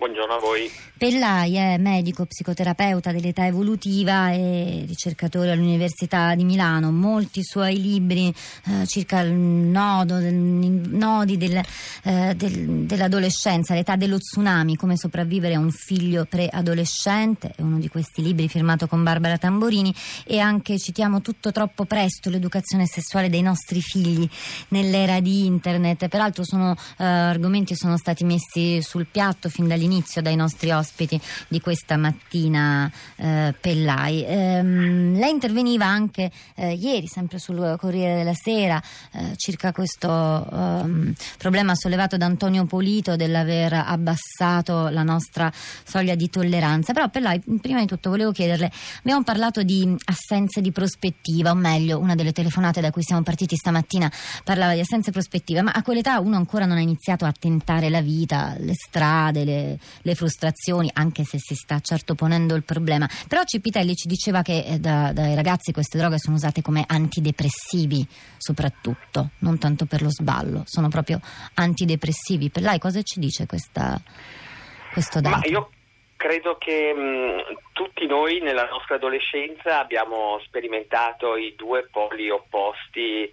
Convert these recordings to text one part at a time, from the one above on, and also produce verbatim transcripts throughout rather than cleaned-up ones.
Buongiorno a voi. Pellai è medico, psicoterapeuta dell'età evolutiva e ricercatore all'Università di Milano. Molti suoi libri eh, circa il nodo, del, nodi del, eh, del, dell'adolescenza, l'età dello tsunami, come sopravvivere a un figlio preadolescente, è uno di questi libri firmato con Barbara Tamborini, e anche citiamo Tutto troppo presto, l'educazione sessuale dei nostri figli nell'era di internet. Peraltro sono eh, argomenti sono stati messi sul piatto fin dall'inizio dai nostri ospiti di questa mattina, eh, Pellai. Ehm, lei interveniva anche eh, ieri, sempre sul Corriere della Sera, eh, circa questo ehm, problema sollevato da Antonio Polito dell'aver abbassato la nostra soglia di tolleranza. Però, Pellai, prima di tutto volevo chiederle, abbiamo parlato di assenze di prospettiva, o meglio, una delle telefonate da cui siamo partiti stamattina parlava di assenze prospettive, ma a quell'età uno ancora non ha iniziato a tentare la vita, le strade, le le frustrazioni, anche se si sta certo ponendo il problema. Però Cipitelli ci diceva che eh, da, dai ragazzi queste droghe sono usate come antidepressivi, soprattutto, non tanto per lo sballo, sono proprio antidepressivi. Per lei cosa ci dice questa, questo dato? Ma io credo che mh, tutti noi nella nostra adolescenza abbiamo sperimentato i due poli opposti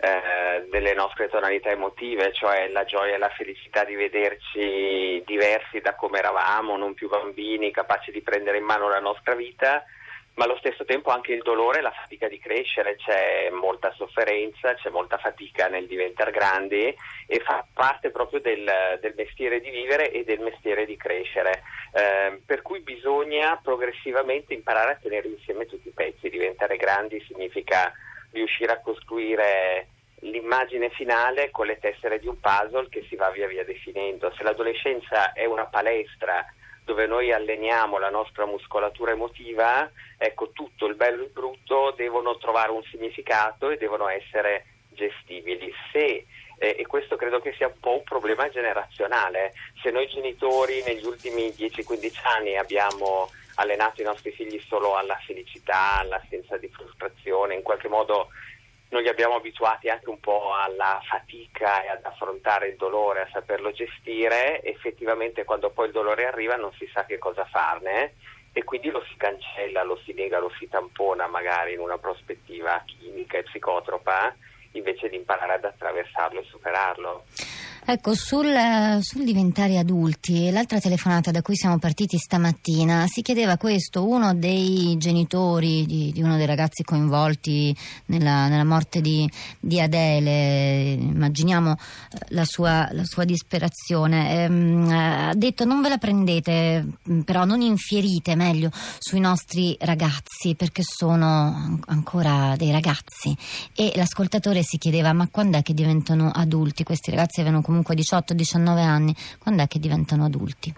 Eh, delle nostre tonalità emotive, cioè la gioia e la felicità di vederci diversi da come eravamo, non più bambini, capaci di prendere in mano la nostra vita, ma allo stesso tempo anche il dolore e la fatica di crescere. C'è molta sofferenza, c'è molta fatica nel diventare grandi e fa parte proprio del, del mestiere di vivere e del mestiere di crescere, eh, per cui bisogna progressivamente imparare a tenere insieme tutti i pezzi. Diventare grandi significa riuscire a costruire l'immagine finale con le tessere di un puzzle che si va via via definendo. Se l'adolescenza è una palestra dove noi alleniamo la nostra muscolatura emotiva, ecco, tutto il bello e il brutto devono trovare un significato e devono essere gestibili. Se eh, e questo credo che sia un po' un problema generazionale. Se noi genitori negli ultimi dieci quindici anni abbiamo allenato i nostri figli solo alla felicità, all'assenza di frustrazione, in qualche modo noi li abbiamo abituati anche un po' alla fatica e ad affrontare il dolore, a saperlo gestire. Effettivamente quando poi il dolore arriva non si sa che cosa farne e quindi lo si cancella, lo si nega, lo si tampona magari in una prospettiva chimica e psicotropa, invece di imparare ad attraversarlo e superarlo. Ecco, sul, sul diventare adulti, l'altra telefonata da cui siamo partiti stamattina si chiedeva questo: uno dei genitori di, di uno dei ragazzi coinvolti nella, nella morte di, di Adele, immaginiamo la sua, la sua disperazione, ehm, ha detto: non ve la prendete, però non infierite, meglio, sui nostri ragazzi, perché sono ancora dei ragazzi. E l'ascoltatore si chiedeva: ma quando è che diventano adulti? Questi ragazzi avevano comunque diciotto diciannove anni, quando è che diventano adulti?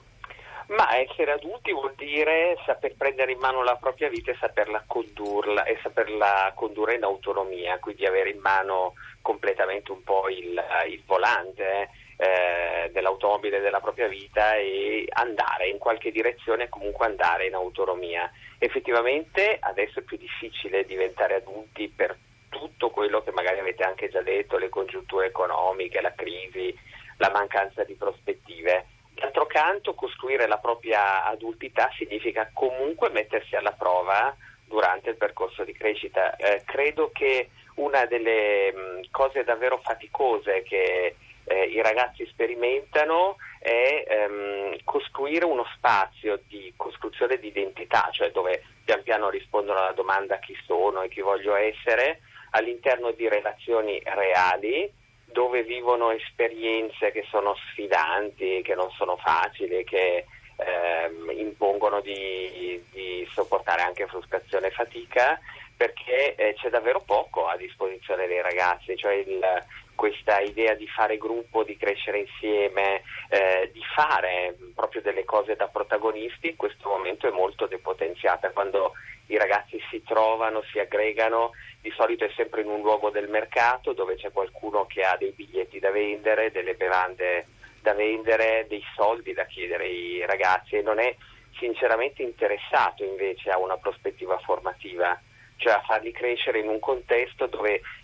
Ma essere adulti vuol dire saper prendere in mano la propria vita e saperla condurla e saperla condurre in autonomia, quindi avere in mano completamente un po' il, il volante eh, dell'automobile della propria vita e andare in qualche direzione, comunque andare in autonomia. Effettivamente adesso è più difficile diventare adulti per tutto quello che magari avete anche già detto, le congiunture economiche, la crisi, la mancanza di prospettive. D'altro canto, costruire la propria adultità significa comunque mettersi alla prova durante il percorso di crescita. Eh, credo che una delle mh, cose davvero faticose che eh, i ragazzi sperimentano è ehm, costruire uno spazio di costruzione di identità, cioè dove pian piano rispondono alla domanda chi sono e chi voglio essere, all'interno di relazioni reali, dove vivono esperienze che sono sfidanti, che non sono facili, che ehm, impongono di, di sopportare anche frustrazione e fatica, perché eh, c'è davvero poco a disposizione dei ragazzi, cioè il, questa idea di fare gruppo, di crescere insieme, eh, di fare proprio delle cose da protagonisti, in questo momento è molto depotenziata. Quando i ragazzi si trovano, si aggregano, di solito è sempre in un luogo del mercato dove c'è qualcuno che ha dei biglietti da vendere, delle bevande da vendere, dei soldi da chiedere ai ragazzi, e non è sinceramente interessato invece a una prospettiva formativa, cioè a farli crescere in un contesto dove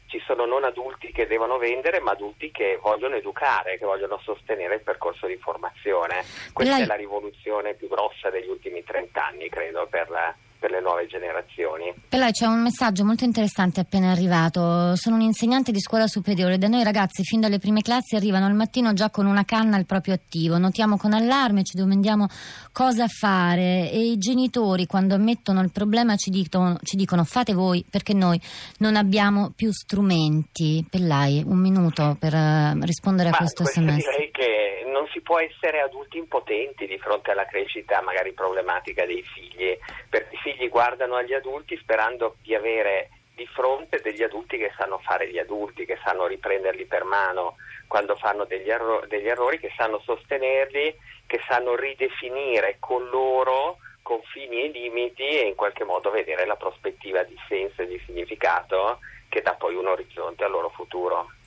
ci sono non adulti che devono vendere, ma adulti che vogliono educare, che vogliono sostenere il percorso di formazione. Questa Lei... è la rivoluzione più grossa degli ultimi trent'anni, credo, per la per le nuove generazioni. Per lei c'è un messaggio molto interessante appena arrivato. Sono un insegnante di scuola superiore. Da noi ragazzi fin dalle prime classi arrivano al mattino già con una canna al proprio attivo. Notiamo con allarme, ci domandiamo cosa fare e i genitori quando ammettono il problema ci dicono, ci dicono fate voi perché noi non abbiamo più strumenti. Pellai, un minuto per uh, rispondere a Ma questo questo sms. Direi che non si può essere adulti impotenti di fronte alla crescita magari problematica dei figli, perché i figli guardano agli adulti sperando di avere di fronte degli adulti che sanno fare gli adulti, che sanno riprenderli per mano quando fanno degli, erro- degli errori, che sanno sostenerli, che sanno ridefinire con loro confini e limiti e in qualche modo vedere la prospettiva di senso e di significato che dà poi un orizzonte al loro futuro.